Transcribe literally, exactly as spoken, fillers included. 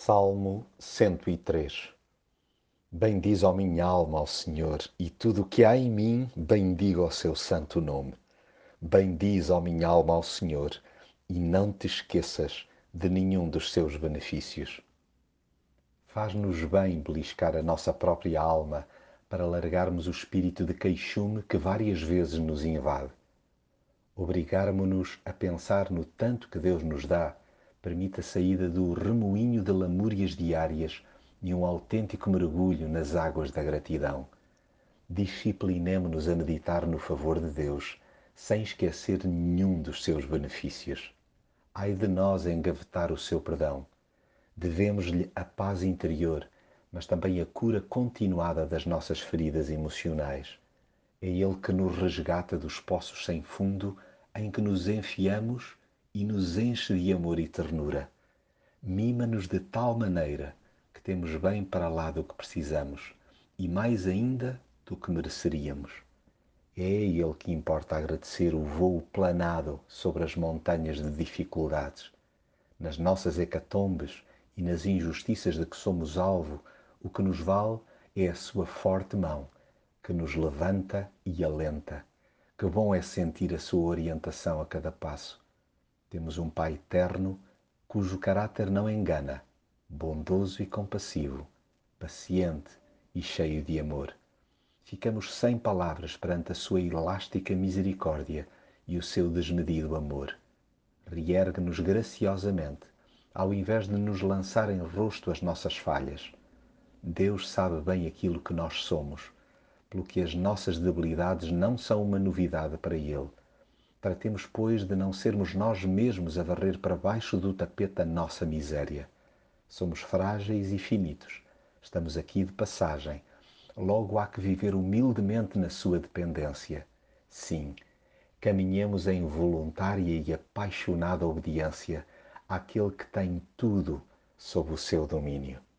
Salmo cento e três. Bendiz, ó minha alma, ao Senhor, e tudo o que há em mim, bendiga o seu santo nome. Bendiz, ó minha alma, ao Senhor, e não te esqueças de nenhum dos seus benefícios. Faz-nos bem beliscar a nossa própria alma para largarmos o espírito de queixume que várias vezes nos invade. Obrigarmo-nos a pensar no tanto que Deus nos dá permite a saída do remoinho de lamúrias diárias e um autêntico mergulho nas águas da gratidão. Disciplinemo-nos a meditar no favor de Deus, sem esquecer nenhum dos seus benefícios. Ai de nós engavetar o seu perdão. Devemos-lhe a paz interior, mas também a cura continuada das nossas feridas emocionais. É Ele que nos resgata dos poços sem fundo em que nos enfiamos e nos enche de amor e ternura. Mima-nos de tal maneira que temos bem para lá do que precisamos e mais ainda do que mereceríamos. É a Ele que importa agradecer o voo planado sobre as montanhas de dificuldades. Nas nossas hecatombes e nas injustiças de que somos alvo, o que nos vale é a sua forte mão, que nos levanta e alenta. Que bom é sentir a sua orientação a cada passo. Temos um Pai eterno, cujo caráter não engana, bondoso e compassivo, paciente e cheio de amor. Ficamos sem palavras perante a sua elástica misericórdia e o seu desmedido amor. Reergue-nos graciosamente, ao invés de nos lançar em rosto as nossas falhas. Deus sabe bem aquilo que nós somos, pelo que as nossas debilidades não são uma novidade para Ele. Tratemos, pois, de não sermos nós mesmos a varrer para baixo do tapete a nossa miséria. Somos frágeis e finitos. Estamos aqui de passagem. Logo há que viver humildemente na sua dependência. Sim, caminhemos em voluntária e apaixonada obediência àquele que tem tudo sob o seu domínio.